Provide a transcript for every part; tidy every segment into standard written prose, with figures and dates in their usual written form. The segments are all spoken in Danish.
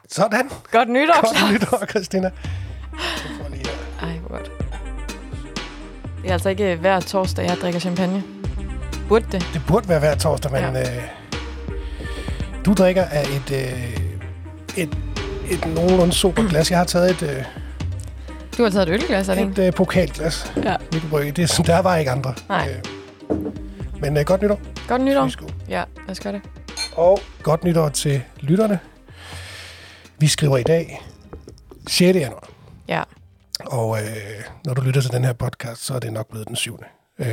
Sådan. Godt nytår, Godt nytår, Christina. Ej, hvor godt. Det er altså ikke hver torsdag, jeg drikker champagne. Burde det? Det burde være hver torsdag, men du drikker af et nogenlunde super glas. Jeg har taget Du har taget et ølglas, er det ikke? et pokalglas. Ja. Der var ikke andre. Nej. Men godt nytår. Godt nytår. Ja, lad os gøre det. Og godt nytår til lytterne. Vi skriver i dag 6. januar. Ja. Og når du lytter til den her podcast, så er det nok blevet den 7.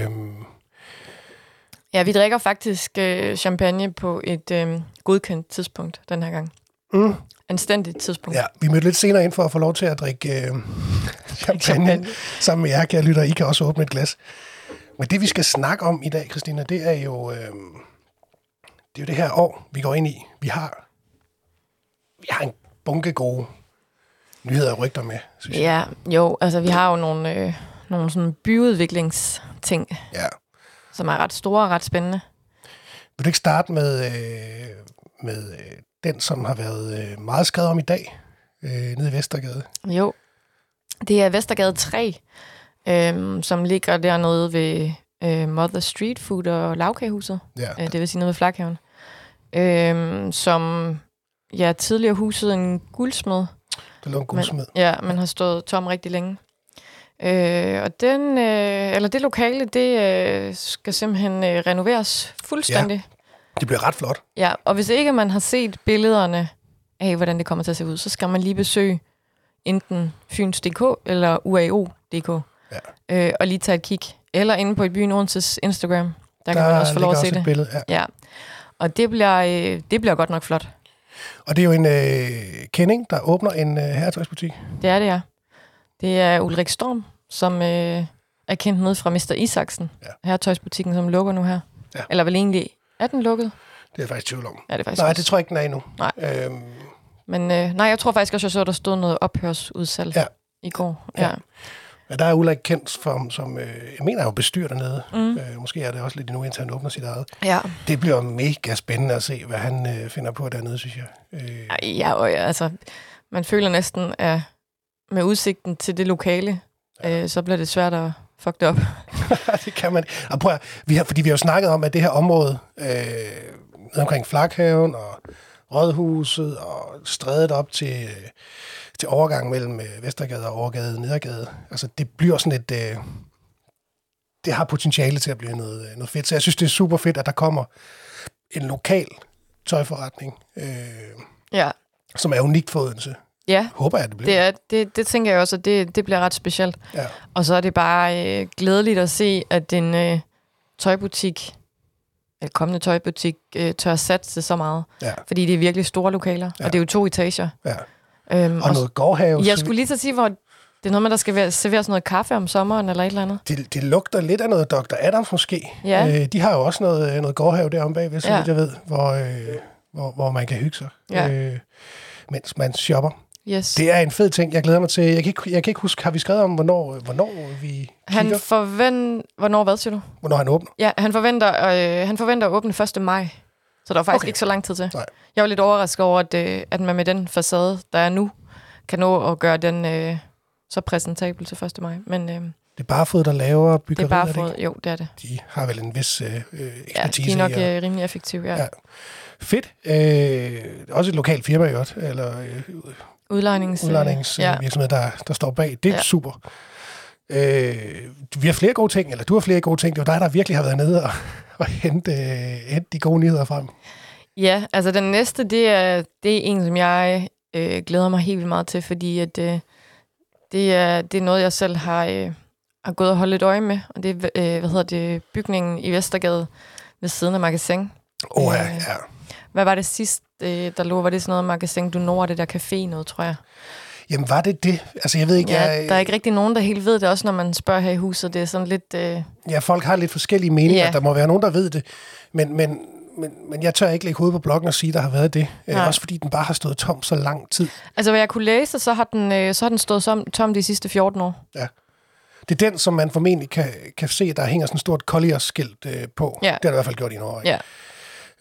Ja, vi drikker faktisk champagne på et godkendt tidspunkt den her gang. Anstændigt tidspunkt. Ja, vi mødte lidt senere ind for at få lov til at drikke champagne sammen med jer, kære lytter. I kan også åbne et glas. Men det, vi skal snakke om i dag, Christina, det er jo det her år, vi går ind i. Vi har en bunke gode nyheder og rygter med, synes jeg. Ja, jo, altså vi har jo nogle sådan byudviklingsting, som er ret store og ret spændende. Vil du ikke starte med den, som har været meget skrevet om i dag, nede i Vestergade? Jo, det er Vestergade 3, som ligger dernede ved Mother Street Food og Lavkagehuset. Ja. Det vil sige nede ved Flakhaven. Som tidligere husede en guldsmed. Der lå en guldsmed. Men har stået tom rigtig længe. Og det lokale, det skal simpelthen renoveres fuldstændig. Ja, det bliver ret flot. Ja, og hvis ikke man har set billederne af, hvordan det kommer til at se ud, så skal man lige besøge enten Fyns.dk eller UAO.dk og lige tage et kig. Eller inde på Byen Odenses Instagram. Der kan man også få lov at se det. Billede, ja. Og det bliver godt nok flot. Og det er jo en kending, der åbner en herretøjsbutik. Det er det, ja. Det er Ulrik Storm, som er kendt ned fra Mr. Isaksen. Ja. Herretøjsbutikken, som lukker nu her. Ja. Eller vel egentlig, er den lukket? Det er jeg faktisk tvivl om. Ja, det er faktisk nej, også. det tror jeg ikke, den er endnu. Nej. Men jeg tror faktisk også, jeg så, der stod noget ophørsudsalg i går. Ja. Ja, der er Ulrik kendt som jeg mener er jo bestyrer dernede. Måske er det også lidt endnu, indtil han åbner sit eget. Ja. Det bliver mega spændende at se, hvad han finder på dernede, synes jeg. Altså, man føler næsten, at med udsigten til det lokale, så bliver det svært at fuck det op. Det kan man. Og prøv at, fordi vi har jo snakket om, at det her område omkring Flakhaven og Rådhuset og strædet op til overgang mellem Vestergade og Overgade, Nedergade. Altså, det bliver sådan et... det har potentiale til at blive noget fedt. Så jeg synes, det er super fedt, at der kommer en lokal tøjforretning, som er unikt for Odense. Ja. Håber jeg, det bliver. Det tænker jeg også, at det bliver ret specielt. Ja. Og så er det bare glædeligt at se, at en kommende tøjbutik tør satse så meget. Ja. Fordi det er virkelig store lokaler, og det er jo 2 etager. Ja. Og noget gårdhave. Jeg skulle lige så sige, hvor det er noget med, der skal serveres noget kaffe om sommeren, eller et eller andet. Det lugter lidt af noget Dr. Adams måske. Ja. De har jo også noget gårdhave deromme bagved, så vidt jeg ved, hvor man kan hygge sig, mens man shopper. Yes. Det er en fed ting, jeg glæder mig til. Jeg kan ikke huske, har vi skrevet om, hvornår vi kigger? Hvornår, hvad siger du? Hvornår han åbner? Ja, han forventer at åbne 1. maj. Så der er faktisk ikke så lang tid til. Nej. Jeg var lidt overrasket over, at man med den facade, der er nu, kan nå at gøre den så præsentabel til 1. maj. Men, det er Barfod, der laver byggeriet, det er Barfod, jo, det er det. De har vel en vis ekspertise. Ja, de er nok rimelig effektive, ja. Fedt. Også et lokalt firma, jo, eller udlejningsvirksomhed, der står bag. Det er super. Vi har flere gode ting, eller du har flere gode ting. Det er dig, der virkelig har været nede og hente de gode nyheder frem. Ja, altså den næste, det er en, som jeg glæder mig helt vildt meget til, fordi at, det er noget, jeg selv har gået og holdt lidt øje med. Og det er, bygningen i Vestergade ved siden af Magasin. Ja. Hvad var det sidst, der lå? Var det sådan noget Magasin du Nord, det der café noget, tror jeg? Jamen, var det? Altså, jeg ved ikke... Ja, der er ikke rigtig nogen, der helt ved det, også når man spørger her i huset. Det er sådan lidt... Ja, folk har lidt forskellige meninger. Der må være nogen, der ved det. Men jeg tør ikke lægge hovedet på bloggen og sige, at der har været det. Også fordi den bare har stået tom så lang tid. Altså, hvad jeg kunne læse, så har den stået tom de sidste 14 år. Ja. Det er den, som man formentlig kan se, der hænger sådan et stort Colliers-skilt på. Ja. Det har det i hvert fald gjort i Norge. Ja.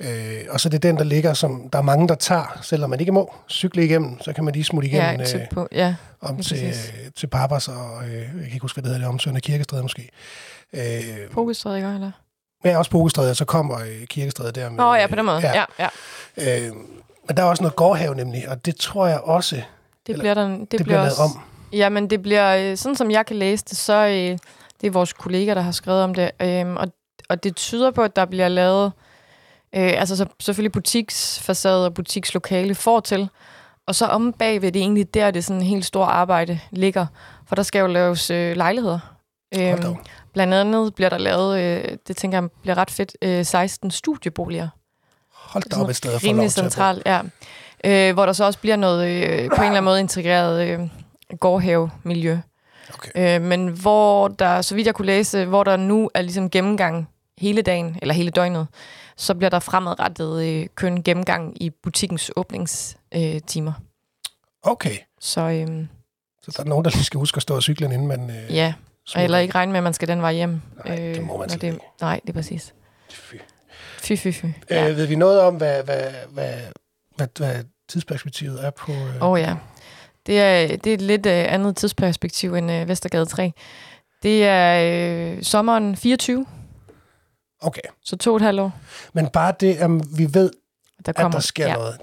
Og så det er den, der ligger, som der er mange, der tager, selvom man ikke må cykle igennem, så kan man lige smutte igennem om til Papas, og jeg kan ikke huske, hvad det hedder, det om Sønder Kirkestræde måske. Pokestræde, ikke? Eller? Ja, også Pokestræde, og så kommer Kirkestræde der. Ja, på den måde. Ja. Men der er også noget gårdhave nemlig, og det tror jeg også, det bliver lavet om. Ja, men det bliver, sådan som jeg kan læse det, så det er vores kolleger, der har skrevet om det, og det tyder på, at der bliver lavet så selvfølgelig butiksfacade og butikslokale fortil, og så om bagved, det er egentlig der, det sådan en helt stort arbejde ligger, for der skal jo laves lejligheder. Blandt andet bliver der lavet, det tænker jeg bliver ret fedt, 16 studieboliger. Hold da op et sted for rimelig centralt, ja. Hvor der så også bliver noget på en eller anden måde integreret gårdhave-miljø. Okay. Men hvor der, så vidt jeg kunne læse, hvor der nu er ligesom gennemgang hele dagen, eller hele døgnet, så bliver der fremadrettet kun gennemgang i butikkens åbningstimer. Okay. Så der er nogen, der lige skal huske at stå og cykle, inden man... ja, og eller ikke regne med, at man skal den vej hjem. Nej, det må man slet ikke. Nej, det er præcis. Fy. Ja. Ved vi noget om, hvad tidsperspektivet er på... Ja. Det er et lidt andet tidsperspektiv end Vestergade 3. Det er sommeren 24. Okay. Så 2,5 år. Men bare det, vi ved, at der sker noget,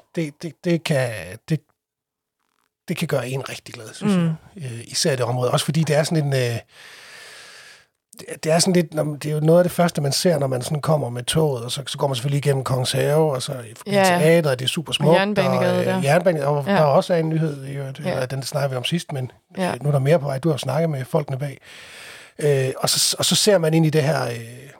det kan gøre en rigtig glad, synes jeg. Især i det område. Også fordi det er sådan en... Det er sådan lidt, det er jo noget af det første, man ser, når man sådan kommer med toget, og så går man selvfølgelig igennem Kongens Have, og så forbi teateret, og det er super smukt. Jernbanegade der. Der er også en nyhed, eller den snakker vi om sidst, men nu er der mere på vej. Du har snakket med folkene bag. Og så ser man ind i det her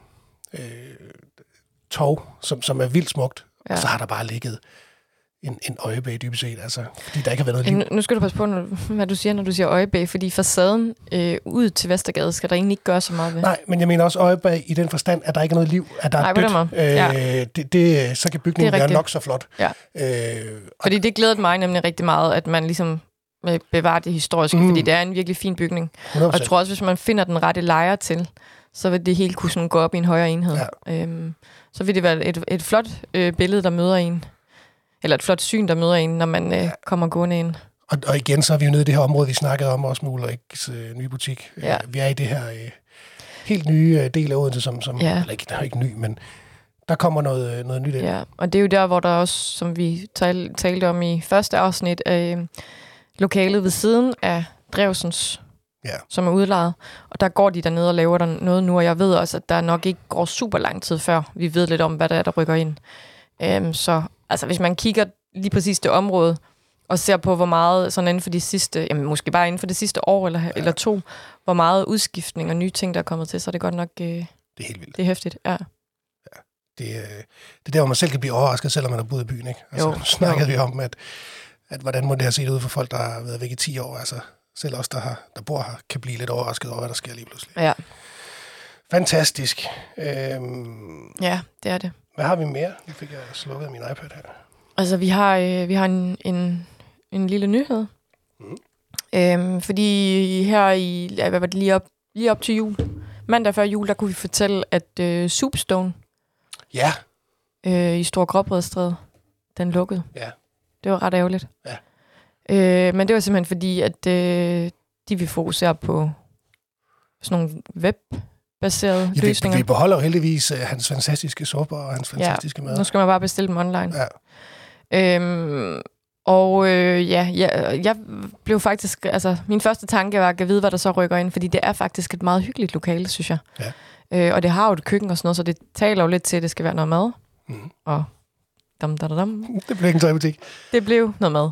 tog, som er vildt smukt, og så har der bare ligget en øjebæg dybest set, altså, fordi der ikke har været noget liv. Nu skal du passe på, hvad du siger, når du siger øjebæg, fordi facaden ud til Vestergade skal der egentlig ikke gøre så meget ved. Nej, men jeg mener også øjebæg i den forstand, at der ikke er noget liv, at der er dødt. Så kan bygningen være nok så flot. Ja. Fordi det glædede mig nemlig rigtig meget, at man ligesom bevarer det historiske, fordi det er en virkelig fin bygning. 100%. Og jeg tror også, hvis man finder den rette lejer til, så vil det helt kunne sådan gå op i en højere enhed. Ja. Så vil det være et flot billede, der møder en. Eller et flot syn, der møder en, når man kommer gående ind. Og igen, så er vi jo nede i det her område, vi snakkede om, også med Ulriks nye butik. Ja. Vi er i det her helt nye del af Odense, som eller ikke, der er ikke ny, men der kommer noget nyt ind. Ja, og det er jo der, hvor der også, som vi talte om i første afsnit, lokalet ved siden af Drewsens, som er udlejet. Og der går de dernede og laver der noget nu, og jeg ved også, at der nok ikke går super lang tid før, vi ved lidt om, hvad der er, der rykker ind. Så altså, hvis man kigger lige præcis det område, og ser på, hvor meget, sådan inden for de sidste, måske bare inden for det sidste år eller to, hvor meget udskiftning og nye ting, der er kommet til, så er det godt nok... det er helt vildt. Det er hæftigt, ja. Det er der, hvor man selv kan blive overrasket, selvom man har boet i byen, ikke? Altså, nu snakkede vi om, at hvordan må det have set ud for folk, der har været væk i 10 år, altså selv os, der bor her, kan blive lidt overrasket over, hvad der sker lige pludselig. Ja. Fantastisk. Ja, det er det. Hvad har vi mere? Nu fik jeg slukket min iPad her. Altså, vi har en lille nyhed. Fordi her lige op til jul, mandag før jul, der kunne vi fortælle, at Soupstone i Store Gråbrødstræde, den lukkede. Ja. Det var ret ærgerligt. Ja. Men det var simpelthen fordi, at de vil fokusere på sådan nogle webbaserede løsninger. Vi beholder jo heldigvis hans fantastiske supper og hans fantastiske mad. Nu skal man bare bestille dem online. Ja. Jeg blev faktisk... Altså, min første tanke var at vide, hvad der så rykker ind, fordi det er faktisk et meget hyggeligt lokale, synes jeg. Ja. Og det har jo et køkken og sådan noget, så det taler jo lidt til, at det skal være noget mad. Og det blev ikke en tøjbutik. Det blev noget mad.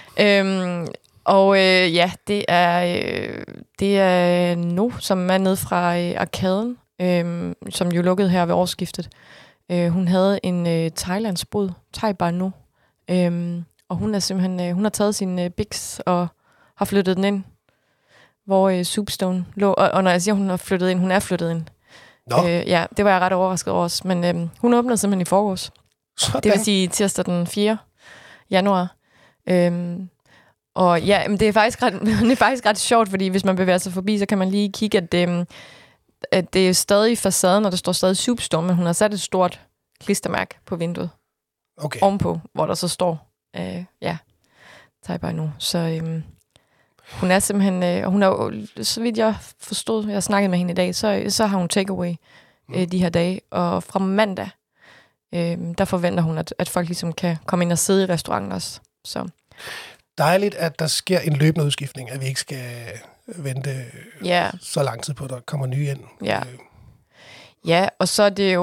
Ja. Det er Nu, som er nede fra Arkaden, som jo lukkede her ved årsskiftet. Hun havde en Thailands bod, Thai Bar Nu. Og hun er simpelthen, hun har taget sin Bix og har flyttet den ind, hvor Soupstone lå. Og når jeg siger, hun har flyttet ind, hun er flyttet ind. Ja, det var jeg ret overrasket over også. Men hun åbnede simpelthen i forgårs. Sådan. Det vil sige tirsdag den 4. januar. Og ja, men det er faktisk ret sjovt, fordi hvis man bevæger sig forbi, så kan man lige kigge, at det er stadig facaden, og der står stadig Soupstone, men hun har sat et stort klistermærke på vinduet. Okay. Ovenpå, hvor der så står, Taibei nu. Så hun er simpelthen, og hun er jo, så vidt jeg forstod, jeg snakkede med hende i dag, så har hun takeaway de her dage, og fra mandag, der forventer hun, at folk ligesom kan komme ind og sidde i restauranten også. Så. Dejligt, at der sker en løbende udskiftning, at vi ikke skal vente så lang tid på, at der kommer nye ind. Ja, og så er det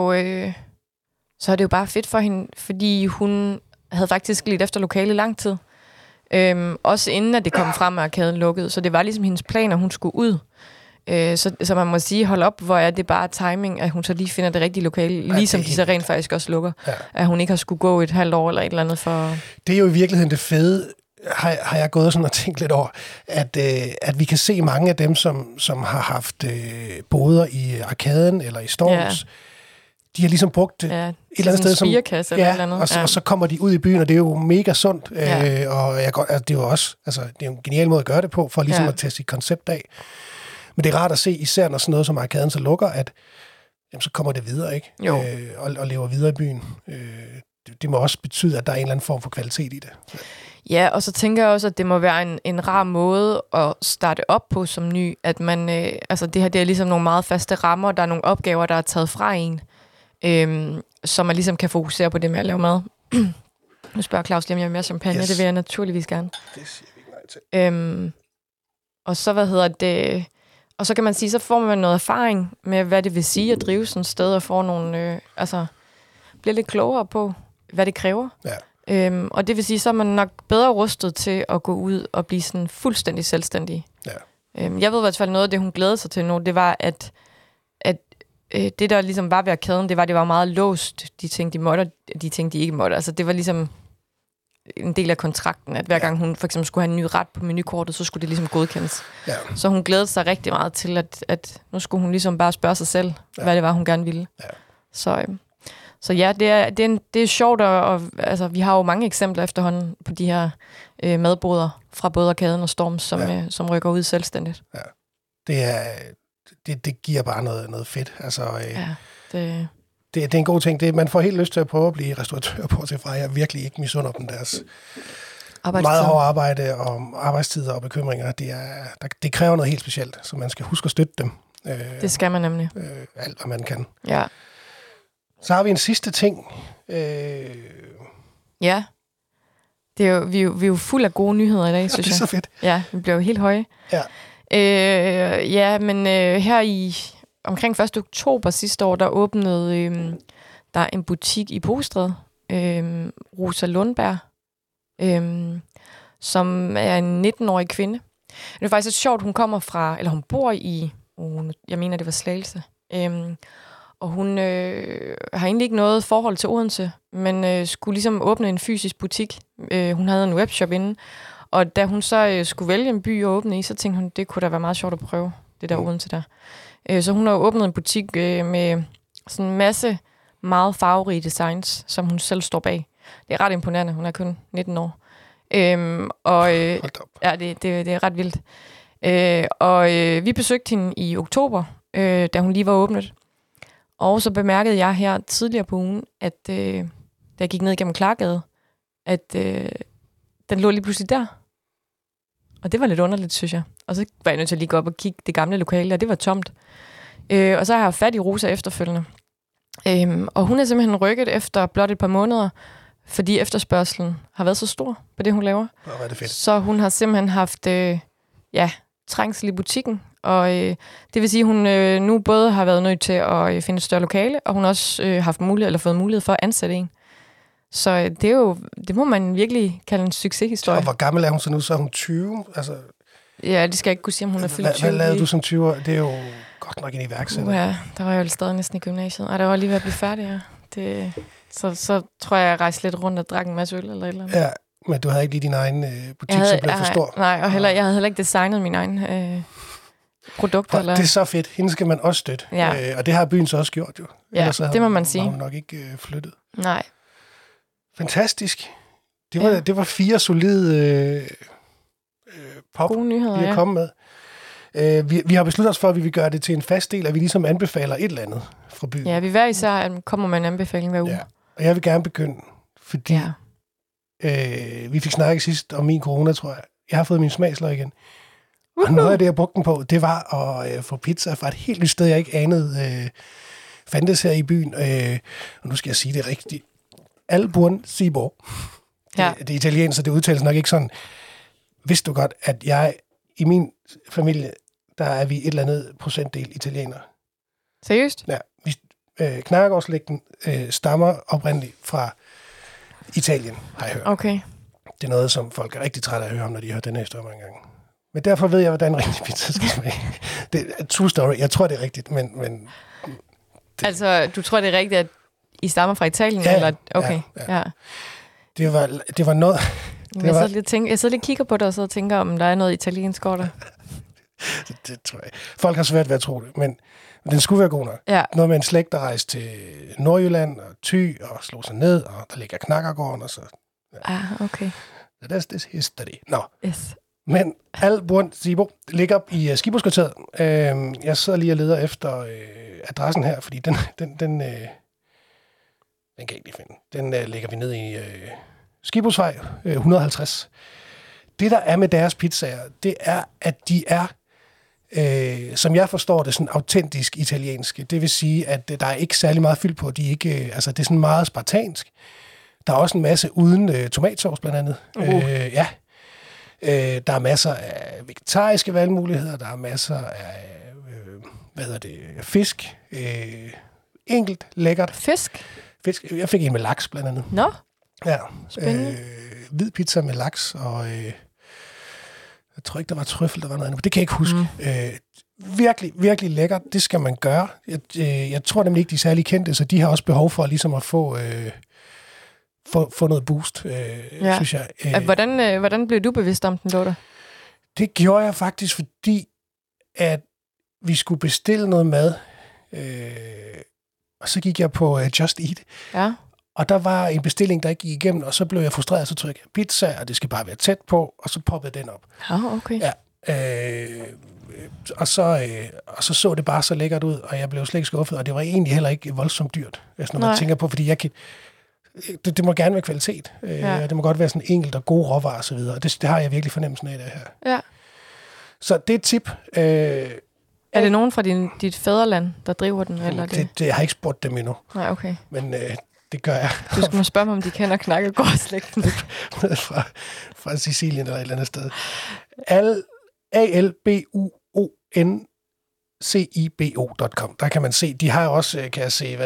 jo bare fedt for hende, fordi hun havde faktisk lidt efter lokale lang tid. Også inden, at det kom frem, at arkaden lukkede. Så det var ligesom hendes plan, at hun skulle ud. Så man må sige, hold op, hvor er det bare timing, at hun så lige finder det rigtige lokale, ligesom de så rent faktisk også lukker. Ja. At hun ikke har skulle gå et halvt år eller et eller andet for... Det er jo i virkeligheden det fede, har jeg gået sådan og tænkt lidt over, at vi kan se mange af dem, som har haft boder i arkaden eller i Storms, de har ligesom brugt det et eller andet sted som eller andet. Og så kommer de ud i byen, og det er jo mega sundt. Og det er jo også, altså det er jo en genial måde at gøre det på, for ligesom at teste sit koncept af. Men det er rart at se, især når sådan noget som arkaden så lukker, at jamen, så kommer det videre, ikke? Og lever videre i byen. Det må også betyde, at der er en eller anden form for kvalitet i det. Ja, og så tænker jeg også, at det må være en rar måde at starte op på som ny, at man, det her det er ligesom nogle meget faste rammer, der er nogle opgaver, der er taget fra en, så man ligesom kan fokusere på det med at lave mad. Nu spørger Claus lige, om jeg har mere champagne. Yes. Det vil jeg naturligvis gerne. Det siger vi ikke nej til. Og så, og så kan man sige, så får man noget erfaring med, hvad det vil sige at drive sådan et sted, og får nogle, bliver lidt klogere på, hvad det kræver. Ja. Og det vil sige, så er man nok bedre rustet til at gå ud og blive sådan fuldstændig selvstændig. Ja. Jeg ved i hvert fald noget af det, hun glæder sig til nu, det var, at det, der ligesom var ved arkaden, det var meget låst. De ting, de måtte, de ting, de ikke måtte. Altså, det var ligesom en del af kontrakten, at hver gang hun for eksempel skulle have en ny ret på menukortet, så skulle det ligesom godkendes. Ja. Så hun glædede sig rigtig meget til, at nu skulle hun ligesom bare spørge sig selv, hvad det var, hun gerne ville. Ja. Så ja, det er sjovt, og altså, vi har jo mange eksempler efterhånden på de her madboder fra både arkaden og Storm, som rykker ud selvstændigt. Ja. Det giver bare noget fedt. Altså, det er en god ting. Man får helt lyst til at prøve at blive restauratør på til fra. Jeg er virkelig ikke misunder dem deres meget hårde arbejde og arbejdstider og bekymringer. Det kræver noget helt specielt, så man skal huske at støtte dem. Det skal man nemlig. Alt, hvad man kan. Ja. Så har vi en sidste ting. Ja. Det er jo, vi er jo fuld af gode nyheder i dag, synes jeg. Det er så fedt. Ja, vi bliver jo helt høje. Ja. Men her i omkring 1. oktober sidste år, der åbnede der en butik i Postred, Rosa Lundberg, som er en 19-årig kvinde. Det er faktisk sjovt, hun kommer fra, eller hun bor i, jeg mener det var Slagelse, og hun har egentlig ikke noget forhold til Odense, men skulle ligesom åbne en fysisk butik. Hun havde en webshop inde, og da hun så skulle vælge en by at åbne i, så tænkte hun, det kunne da være meget sjovt at prøve, det der Odense der. Så hun har åbnet en butik med sådan en masse meget farverige designs, som hun selv står bag. Det er ret imponerende, hun er kun 19 år. Ja, det er ret vildt. Vi besøgte hende i oktober, da hun lige var åbnet. Og så bemærkede jeg her tidligere på ugen, at da jeg gik ned igennem Klargade, at den lå lige pludselig der. Og det var lidt underligt, synes jeg. Og så var jeg nødt til at lige gå op og kigge det gamle lokale, og det var tomt. Og så har jeg fat i Rosa efterfølgende. Og hun er simpelthen rykket efter blot et par måneder, fordi efterspørgselen har været så stor på det, hun laver. Hvor er det fedt. Så hun har simpelthen haft trængsel i butikken. Og det vil sige, at hun nu både har været nødt til at finde et større lokale, og hun har også haft mulighed, eller fået mulighed for at ansætte en. Så det må man virkelig kalde en succeshistorie. Og hvor gammel er hun så nu? Så er hun 20? Altså, ja, det skal jeg ikke kunne sige, om hun er fyldt 20. Hvad lavede du som 20'er? Det er jo godt nok en iværksætter. Ja, der var jeg jo stadig næsten i gymnasiet. Og der var lige ved at blive færdig, ja. Så tror jeg rejste lidt rundt og drak en masse øl eller et eller andet. Ja, men du havde ikke lige din egen butik, som blev for stor. Nej, og jeg havde heller ikke designet min egen produkter. Det er så fedt. Hende skal man også støtte. Ja. Og det har byen så også gjort, jo. Ja, det må man sige. Hun nok ikke flyttet. Nej. Fantastisk. Det var 4 solide pop, gode nyheder, vi har kommet med. Vi har besluttet os for, at vi vil gøre det til en fast del, at vi ligesom anbefaler et eller andet fra byen. Ja, vi hver især kommer med en anbefaling hver uge. Ja. Og jeg vil gerne begynde, fordi vi fik snakket sidst om min corona, tror jeg. Jeg har fået min smagsløg igen. Og noget af det, jeg brugte den på, det var at få pizza fra et helt nyt sted, jeg ikke anede fandtes her i byen. Og nu skal jeg sige det rigtigt. Al Buon Cibo. Det er italiensk, så det udtales nok ikke sådan. Vidste du godt, at i min familie, der er vi et eller andet procentdel italienere. Seriøst? Ja. Knarregårdslægten stammer oprindeligt fra Italien, har jeg hørt. Okay. Det er noget, som folk er rigtig trætte af at høre om, når de hører den her historie mange gange. Men derfor ved jeg, hvordan en rigtig pizza skal smage. Det er true story. Jeg tror, det er rigtigt, men altså, du tror, det er rigtigt, at I stammer fra Italien? Ja, eller? Okay, ja. Det var noget... Jeg sidder lidt og kigger på det, og så tænker, om der er noget italiensk over der. det tror jeg. Folk har svært ved at tro det, men den skulle være god nok. Ja. Noget med en slægt, der rejste til Nordjylland og Thy og slog sig ned, og der ligger Knakkergården, og så... Ja. Okay. That's this history. Nå. Yes. Men Al Buon Cibo ligger i Skibhuskvarteret. Jeg sidder lige og leder efter adressen her, fordi den kan jeg ikke lige finde. Den ligger vi ned i Skibhusvej 150. Det, der er med deres pizzaer, det er, at de er, som jeg forstår det, sådan autentisk italienske. Det vil sige, at der er ikke særlig meget fyld på. De er ikke, det er sådan meget spartansk. Der er også en masse uden tomatsauce, blandt andet. Der er masser af vegetariske valgmuligheder. Der er masser af, fisk. Enkelt, lækkert. Fisk? Jeg fik en med laks, blandt andet. Nå, ja. Spændende. Hvid pizza med laks, og jeg tror ikke, der var trøffel, der var noget andet. Det kan jeg ikke huske. Virkelig, virkelig lækkert. Det skal man gøre. Jeg tror nemlig ikke, de er særlig kendte, så de har også behov for ligesom at få noget boost, synes jeg. Hvordan blev du bevidst om den, Lothar? Det gjorde jeg faktisk, fordi at vi skulle bestille noget mad, og så gik jeg på Just Eat. Ja. Og der var en bestilling, der ikke gik igennem, og så blev jeg frustreret, så trykkede jeg pizza, og det skal bare være tæt på, og så poppede den op. Okay. Ja. Og så det bare så lækkert ud, og jeg blev slet ikke skuffet, og det var egentlig heller ikke voldsomt dyrt, når man tænker på, fordi det må gerne være kvalitet. Det må godt være sådan enkelt og gode råvarer og så videre, og det har jeg virkelig fornemmelsen af det her. Ja. Så det er et tip. Er det nogen fra dit fædreland, der driver den? Eller det jeg har ikke spurgt dem endnu. Nej, okay. Men det gør jeg. Du skal spørge mig, om de kender Knakkergårdslægten. fra Sicilien eller et eller andet sted. albuoncibo.com. Der kan man se, de har også, kan jeg se,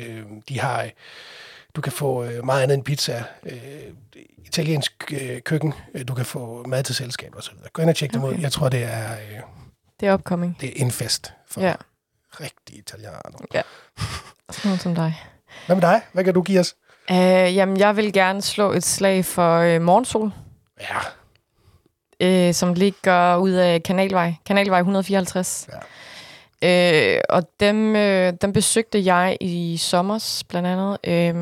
du kan få meget andet end pizza, italiensk køkken, du kan få mad til selskab og så videre. Gå ind og tjek dem ud. Jeg tror, det er... det er upcoming. Det er en fest for rigtig italienere. Ja, sådan noget som dig. Hvad med dig? Hvad kan du give os? Jamen, jeg vil gerne slå et slag for Morgensol. Ja. Som ligger ud af Kanalvej 154. Ja. Og dem besøgte jeg i sommers, blandt andet.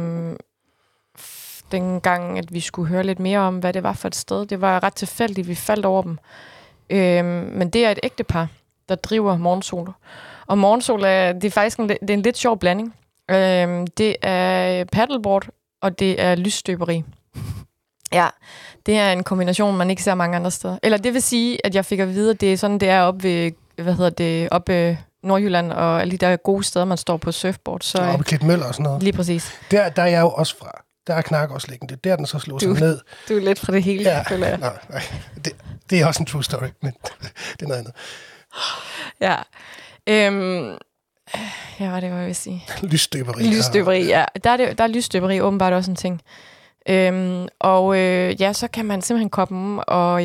Dengang, at vi skulle høre lidt mere om, hvad det var for et sted. Det var ret tilfældigt, vi faldt over dem. Men det er et ægtepar, der driver Morgensol. Og Morgensol det er faktisk det er en lidt sjov blanding. Det er paddleboard, og det er lysstøberi. Ja, det er en kombination, man ikke ser mange andre steder. Eller det vil sige, at jeg fik at vide, at det er sådan, det er oppe ved, oppe Nordjylland, og alle de der gode steder, man står på surfboard. Så, oppe i Klitmøller og sådan noget. Lige præcis. Der er jeg jo også fra. Der er Knakkergårdslægten. Det er der, den så slår sig ned. Du er lidt fra det hele, føler jeg. Nej. Det er også en true story, men det er noget andet. Ja. Ja, hvad det var, jeg vil sige. Lysstøberi, ja. Der er lysstøberi åbenbart også en ting. Så kan man simpelthen komme og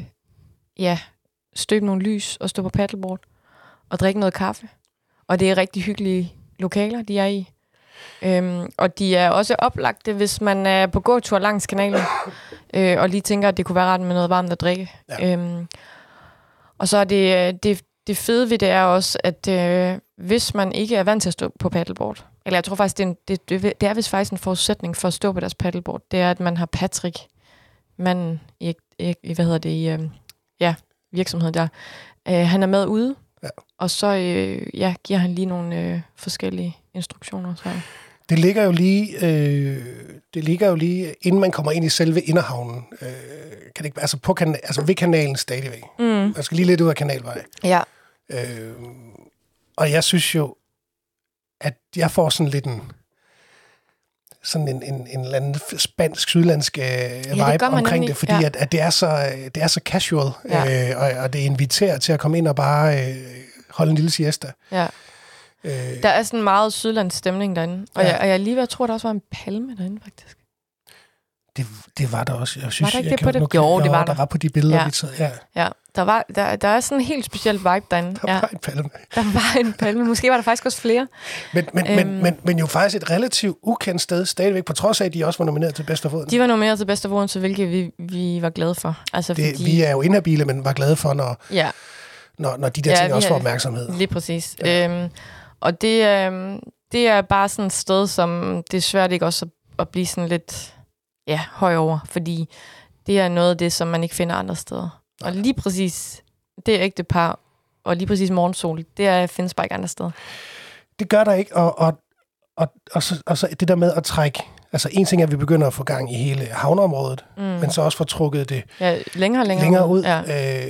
støbe nogle lys og stå på paddleboard og drikke noget kaffe. Og det er rigtig hyggelige lokaler, de er i. Og de er også oplagte, hvis man er på gåtur langs kanalen og lige tænker, at det kunne være ret med noget varmt at drikke. Ja. Og så er det fede ved det er også, at hvis man ikke er vant til at stå på paddleboard, eller jeg tror faktisk, det er vist faktisk en forudsætning for at stå på deres paddleboard, det er, at man har Patrick, manden virksomhed der. Han er med ude, ja. Og så giver han lige nogle forskellige instruktioner. Så. Det ligger jo lige, inden man kommer ind i selve inderhavnen, kan det ikke, altså ved kanalen stadigvæk. Man skal lige lidt ud af kanalvej. Ja. Og jeg synes jo, at jeg får sådan lidt en eller anden spansk, sydlandsk vibe omkring det, fordi at det er så casual, og det inviterer til at komme ind og bare holde en lille siesta. Ja. Der er sådan en meget sydlandsk stemning derinde, og jeg lige ved at tro, der også var en palme derinde, faktisk. Det var der også. Jeg synes, var der ikke det på det? Jo, det var der. Der var på de billeder, vi tager. Ja, der er sådan en helt speciel vibe derinde. Der var en palme. Der var en palme. Måske var der faktisk også flere. Men jo faktisk et relativt ukendt sted stadigvæk, på trods af, at de også var nomineret til Bedst af Odense. De var nomineret til Bedst af Odense, hvilket vi var glade for. Altså, fordi... Vi er jo inhabile, men var glade for, når de der ting også får opmærksomhed. Lige præcis. Ja. Og det er bare sådan et sted, som det er svært ikke også at blive sådan lidt høj over, fordi det er noget af det, som man ikke finder andre steder. Og lige præcis det er ægte par, og lige præcis morgensol, det findes bare ikke andre steder. Det gør der ikke, og så det der med at trække, altså en ting er, at vi begynder at få gang i hele havneområdet, men så også få trukket det længere ud. Ja.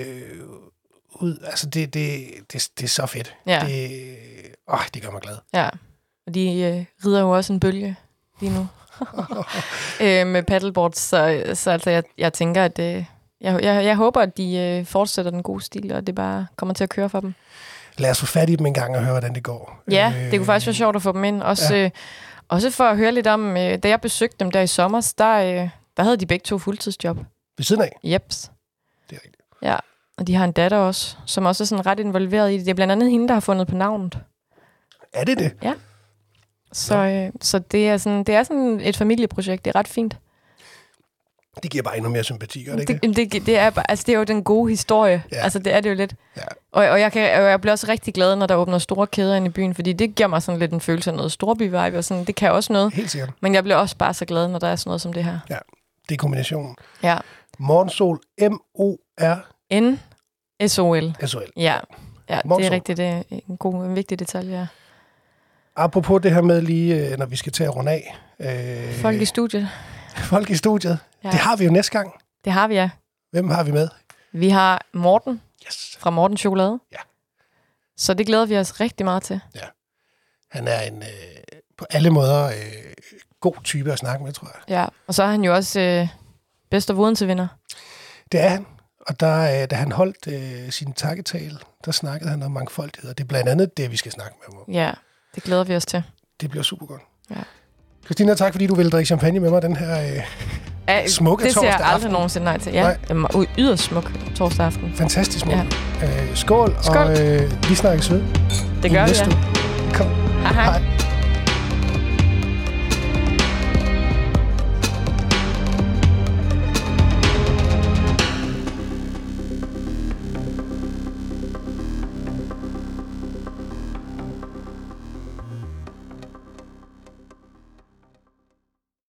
Altså det er så fedt. Ja. Det gør mig glad. Ja, og de rider jo også en bølge lige nu. Med paddleboards, så altså jeg tænker, at jeg håber, at de fortsætter den gode stil, og det bare kommer til at køre for dem. Lad os få fat i dem en gang og høre, hvordan det går. Ja, det kunne faktisk være sjovt at få dem ind. Også for at høre lidt om, da jeg besøgte dem der i sommer, der havde de begge 2 fuldtidsjob. Ved siden af? Jeps. Det er rigtigt. Ja, og de har en datter også, som også er sådan ret involveret i det. Det er blandt andet hende, der har fundet på navnet. Er det? Ja. Så det er sådan et familieprojekt. Det er ret fint. Det giver bare endnu mere sympati, gør det ikke? Det er jo den gode historie. Ja. Altså, det er det jo lidt. Ja. Og jeg bliver også rigtig glad, når der åbner store kæder ind i byen, fordi det giver mig sådan lidt en følelse af noget storby-vibe, og sådan, det kan også noget. Helt sikkert. Men jeg bliver også bare så glad, når der er sådan noget som det her. Ja, det er kombinationen. Ja. Morgensol, M-O-R-N-S-O-L. S-O-L. Ja, det er rigtigt. Det er en vigtig detalje, ja. Apropos det her med lige, når vi skal til at runde af. Folk i studiet. Folk i studiet. Ja. Det har vi jo næste gang. Det har vi, ja. Hvem har vi med? Vi har Morten fra Morten Chokolade. Ja. Så det glæder vi os rigtig meget til. Ja. Han er en på alle måder god type at snakke med, tror jeg. Ja, og så er han jo også Bedst af Odense-vinder. Det er han. Og da han holdt sin takketale, der snakkede han om mangfoldighed. Og det er blandt andet det, vi skal snakke med ham om. Ja, det glæder vi os til. Det bliver super godt. Ja. Christina, tak fordi du ville drikke champagne med mig den her smukke torsdag aften. Det ser jeg aldrig nogensinde nej til. Ja, det var yderst smuk torsdag aften. Fantastisk smuk. Ja. Skål, og vi snakkes ved. Det gør vi, ja. Kom. Hej.